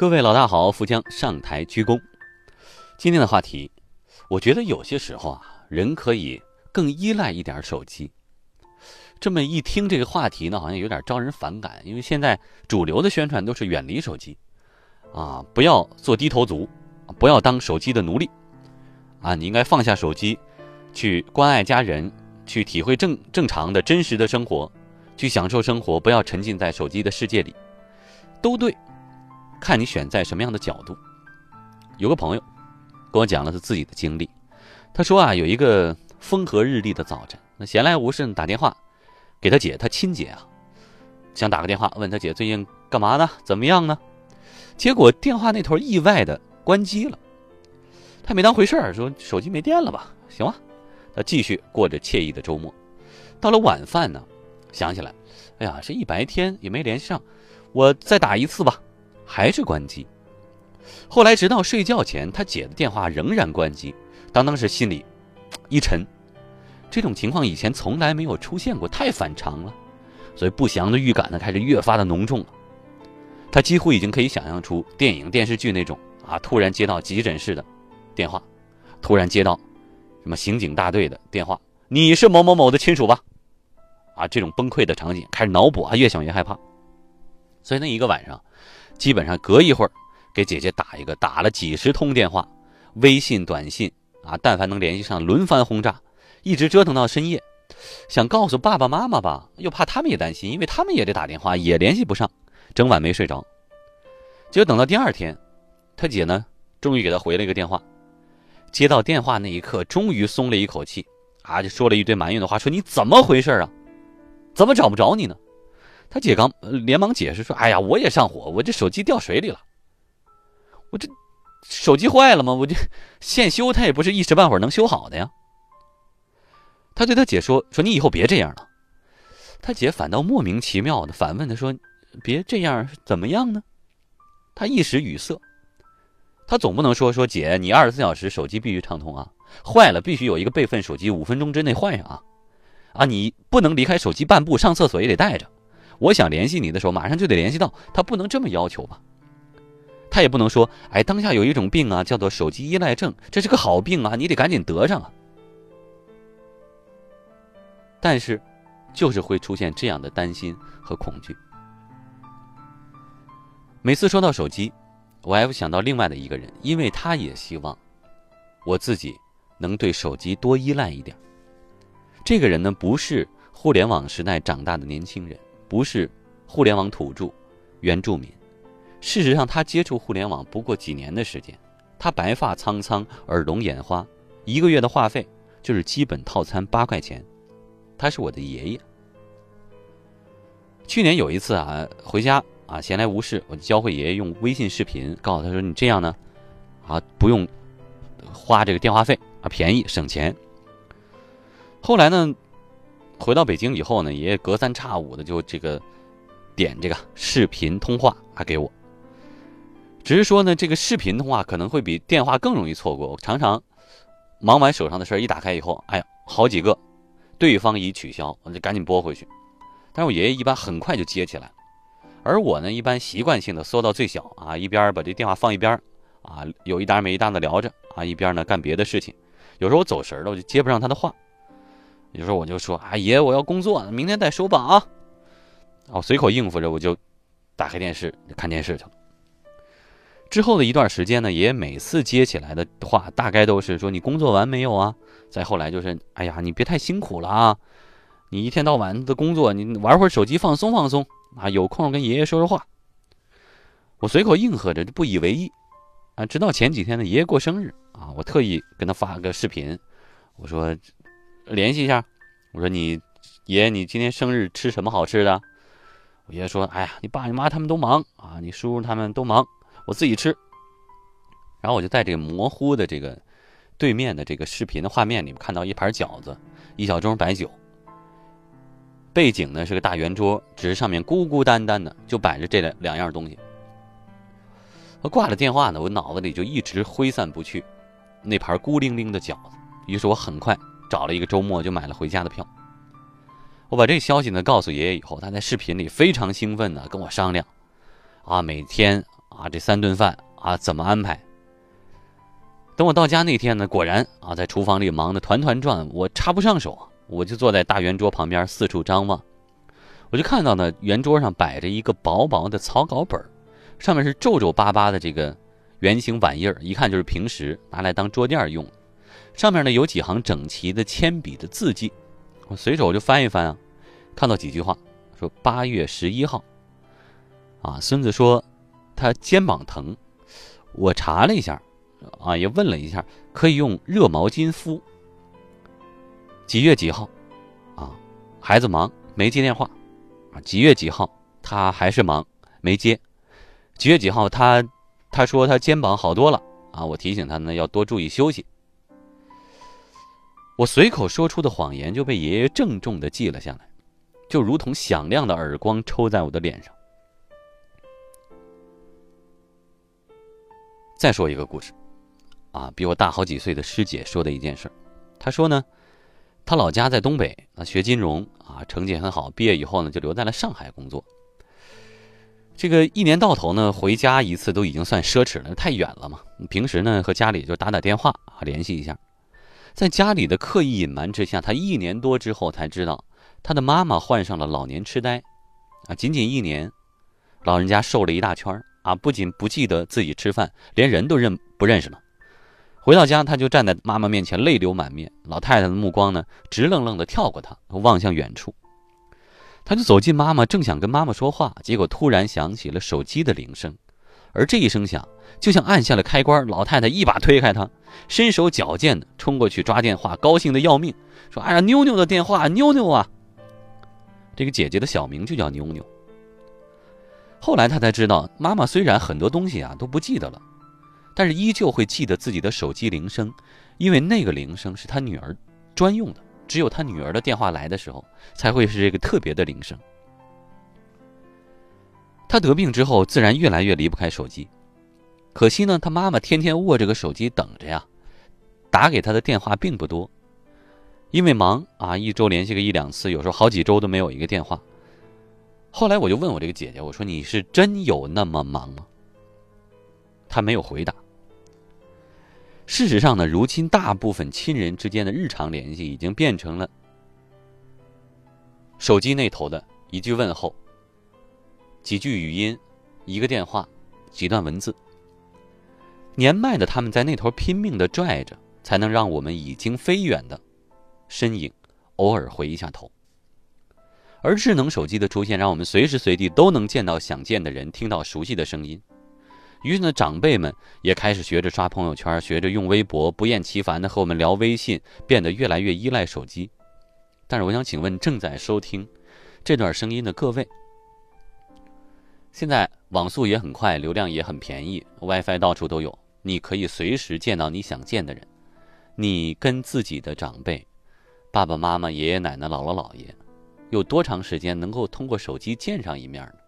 各位老大好，福江上台鞠躬。今天的话题，我觉得有些时候人可以更依赖一点手机。这么一听这个话题呢，好像有点招人反感，因为现在主流的宣传都是远离手机，不要做低头族，不要当手机的奴隶，你应该放下手机，去关爱家人，去体会正常的真实的生活，去享受生活，不要沉浸在手机的世界里，都对。看你选在什么样的角度。有个朋友跟我讲了他自己的经历，他说有一个风和日丽的早晨，那闲来无事打电话给他姐，他亲姐想打个电话问他姐最近干嘛呢，怎么样呢？结果电话那头意外的关机了，他没当回事说手机没电了吧，行吧，他继续过着惬意的周末。到了晚饭呢，想起来，这一白天也没联系上，我再打一次吧，还是关机。后来直到睡觉前，他姐的电话仍然关机，当时心里一沉，这种情况以前从来没有出现过，太反常了，所以不祥的预感呢开始越发的浓重了。他几乎已经可以想象出电影电视剧那种突然接到急诊室的电话，突然接到什么刑警大队的电话，你是某某某的亲属吧？这种崩溃的场景开始脑补越想越害怕。所以那一个晚上基本上隔一会儿给姐姐打了几十通电话，微信短信但凡能联系上轮番轰炸，一直折腾到深夜，想告诉爸爸妈妈吧，又怕他们也担心，因为他们也得打电话，也联系不上，整晚没睡着。结果等到第二天，他姐呢终于给他回了一个电话，接到电话那一刻终于松了一口气就说了一堆埋怨的话，说你怎么回事怎么找不着你呢？他姐连忙解释说，我也上火，我这手机掉水里了，我这手机坏了吗？我这现修它也不是一时半会儿能修好的呀。他对他姐说你以后别这样了。他姐反倒莫名其妙的反问他说，别这样怎么样呢？他一时语塞，他总不能说姐你24小时手机必须畅通坏了必须有一个备份手机5分钟之内换上你不能离开手机半步，上厕所也得带着，我想联系你的时候马上就得联系到，他不能这么要求吧。他也不能说当下有一种病叫做手机依赖症，这是个好病你得赶紧得上但是就是会出现这样的担心和恐惧。每次说到手机，我还会想到另外的一个人，因为他也希望我自己能对手机多依赖一点。这个人呢，不是互联网时代长大的年轻人，不是互联网土著原住民，事实上他接触互联网不过几年的时间，他白发苍苍，耳聋眼花，一个月的话费就是基本套餐8块钱。他是我的爷爷。去年有一次回家闲来无事，我就教会爷爷用微信视频，告诉他说你这样呢不用花这个电话费便宜省钱。后来呢回到北京以后呢，爷爷隔三差五的就点这个视频通话给我。只是说呢，这个视频通话可能会比电话更容易错过，我常常忙完手上的事一打开以后好几个对方已取消，我就赶紧拨回去。但是我爷爷一般很快就接起来，而我呢一般习惯性的缩到最小一边把这电话放一边有一搭没一搭的聊着一边呢干别的事情。有时候我走神了，我就接不上他的话，有时候我就说爷我要工作，明天再说吧随口应付着，我就打开电视看电视去了。之后的一段时间呢，爷爷每次接起来的话大概都是说你工作完没有再后来就是你别太辛苦了你一天到晚的工作，你玩会儿手机放松放松有空跟爷爷说说话。我随口应和着，不以为意直到前几天呢，爷爷过生日我特意跟他发个视频，我说联系一下，我说爷爷你今天生日吃什么好吃的？我爷爷说你爸你妈他们都忙你叔叔他们都忙，我自己吃。然后我就在这个模糊的这个对面的这个视频的画面里面看到一盘饺子，一小盅白酒，背景呢是个大圆桌，只是上面孤孤单单的就摆着这两样东西。我挂了电话呢，我脑子里就一直挥散不去那盘孤零零的饺子，于是我很快找了一个周末就买了回家的票。我把这个消息呢告诉爷爷以后，他在视频里非常兴奋的跟我商量每天啊，这3顿饭啊怎么安排。等我到家那天呢，果然啊，在厨房里忙得团团转，我插不上手，我就坐在大圆桌旁边四处张望。我就看到呢，圆桌上摆着一个薄薄的草稿本，上面是皱皱巴巴的这个圆形玩意儿，一看就是平时拿来当桌垫用。上面呢有几行整齐的铅笔的字迹，我随手就翻一翻啊，看到几句话，说8月11号，啊，孙子说他肩膀疼，我查了一下，啊，也问了一下，可以用热毛巾敷。几月几号，啊，孩子忙没接电话，啊，几月几号他还是忙没接，几月几号他说他肩膀好多了，啊，我提醒他呢要多注意休息。我随口说出的谎言就被爷爷郑重地记了下来，就如同响亮的耳光抽在我的脸上。再说一个故事，啊，比我大好几岁的师姐说的一件事。她说呢，她老家在东北，学金融啊，成绩很好，毕业以后呢就留在了上海工作。这个一年到头呢回家一次都已经算奢侈了，太远了嘛。平时呢和家里就打电话啊联系一下。在家里的刻意隐瞒之下，他1年多之后才知道，他的妈妈患上了老年痴呆，啊，仅仅1年，老人家瘦了一大圈啊，不仅不记得自己吃饭，连人都不认识了。回到家，他就站在妈妈面前，泪流满面。老太太的目光呢，直愣愣地跳过他，望向远处。他就走进妈妈，正想跟妈妈说话，结果突然响起了手机的铃声。而这一声响就像按下了开关，老太太一把推开他，身手矫健的冲过去抓电话，高兴的要命，说：“哎呀，妞妞的电话，妞妞啊！”这个姐姐的小名就叫妞妞。后来他才知道，妈妈虽然很多东西啊都不记得了，但是依旧会记得自己的手机铃声，因为那个铃声是她女儿专用的，只有她女儿的电话来的时候才会是这个特别的铃声。他得病之后，自然越来越离不开手机。可惜呢，他妈妈天天握着个手机等着呀，打给他的电话并不多。因为忙啊，一周联系个1-2次，有时候好几周都没有一个电话。后来我就问我这个姐姐，我说你是真有那么忙吗？她没有回答。事实上呢，如今大部分亲人之间的日常联系已经变成了手机那头的一句问候，几句语音，一个电话，几段文字。年迈的他们在那头拼命地拽着，才能让我们已经飞远的身影偶尔回一下头。而智能手机的出现，让我们随时随地都能见到想见的人，听到熟悉的声音。于是呢，长辈们也开始学着刷朋友圈，学着用微博，不厌其烦地和我们聊微信，变得越来越依赖手机。但是我想请问正在收听这段声音的各位，现在网速也很快，流量也很便宜， WiFi 到处都有，你可以随时见到你想见的人。你跟自己的长辈，爸爸妈妈、爷爷奶奶、姥姥姥爷，有多长时间能够通过手机见上一面呢？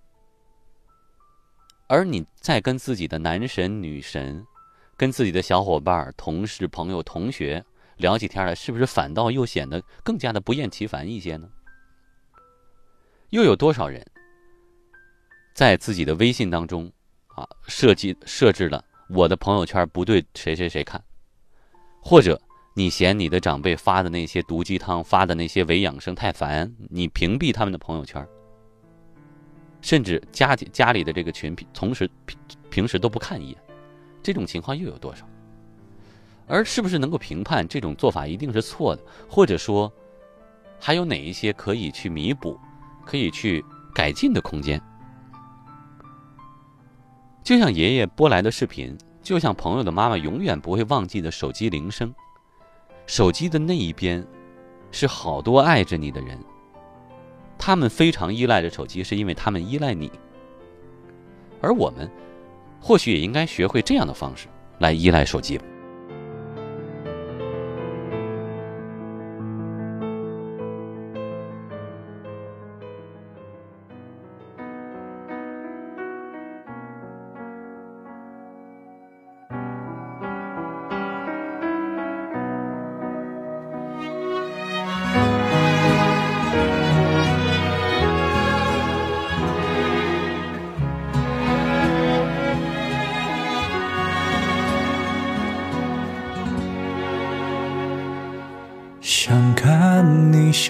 而你再跟自己的男神女神，跟自己的小伙伴、同事、朋友、同学聊起天来，是不是反倒又显得更加的不厌其烦一些呢？又有多少人在自己的微信当中啊设置了我的朋友圈不对谁谁谁看，或者你嫌你的长辈发的那些毒鸡汤，发的那些伪养生太烦，你屏蔽他们的朋友圈，甚至家里的这个群平时都不看一眼，这种情况又有多少？而是不是能够评判这种做法一定是错的，或者说还有哪一些可以去弥补，可以去改进的空间？就像爷爷拨来的视频，就像朋友的妈妈永远不会忘记的手机铃声，手机的那一边是好多爱着你的人，他们非常依赖着手机，是因为他们依赖你。而我们或许也应该学会这样的方式来依赖手机吧。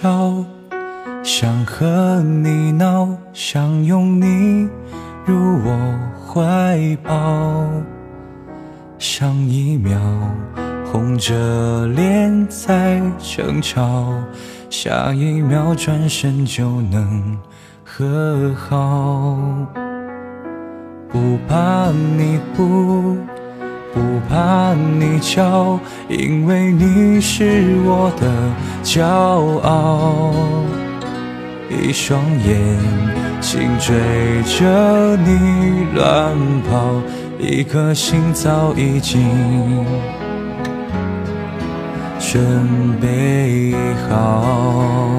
笑，想和你闹，想拥你入我怀抱，上一秒红着脸在争吵，下一秒转身就能和好。不怕你哭，不怕你笑，因为你是我的骄傲。一双眼睛追着你乱跑，一颗心早已经准备好。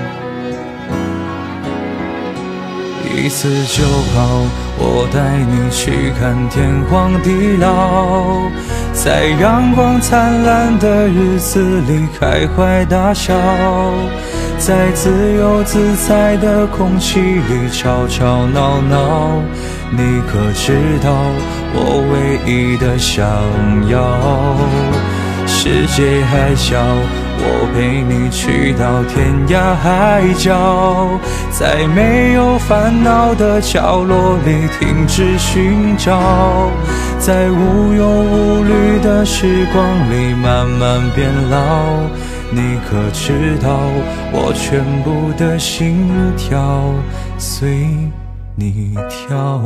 一次就好，我带你去看天荒地老，在阳光灿烂的日子里开怀大笑，在自由自在的空气里吵吵闹闹。你可知道我唯一的想要，世界还小，我陪你去到天涯海角，在没有烦恼的角落里停止寻找，在无忧无虑的时光里慢慢变老。你可知道我全部的心跳随你跳。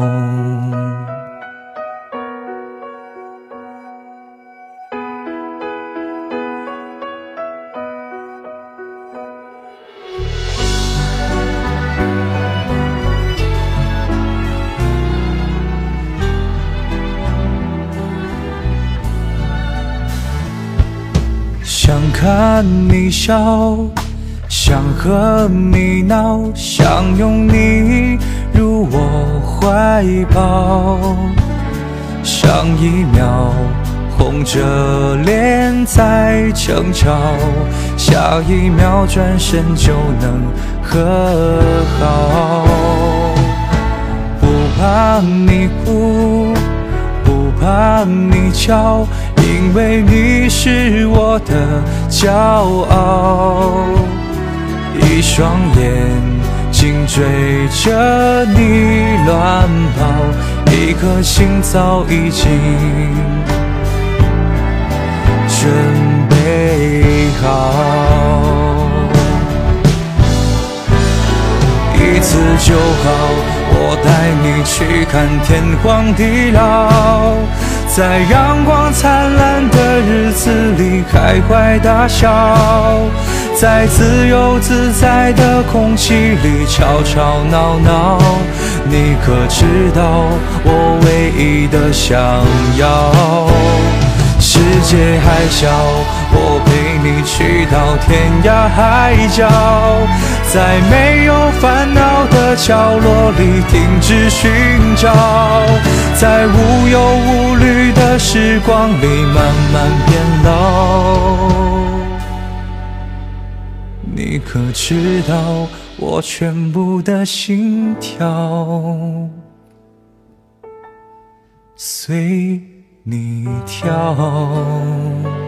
想看你笑，想和你闹，想拥你入我怀抱，上一秒红着脸在争吵，下一秒转身就能和好。不怕你哭，不怕你笑，因为你是我的骄傲。一双眼睛追着你乱跑，一颗心早已经准备好。一次就好，我带你去看天荒地老，在阳光灿烂的日子里开怀大笑，在自由自在的空气里吵吵闹闹。你可知道我唯一的想要，世界还小，我陪你去到天涯海角，在没有烦恼的角落里停止寻找，在无忧无虑的时光里慢慢变老。你可知道我全部的心跳随你跳。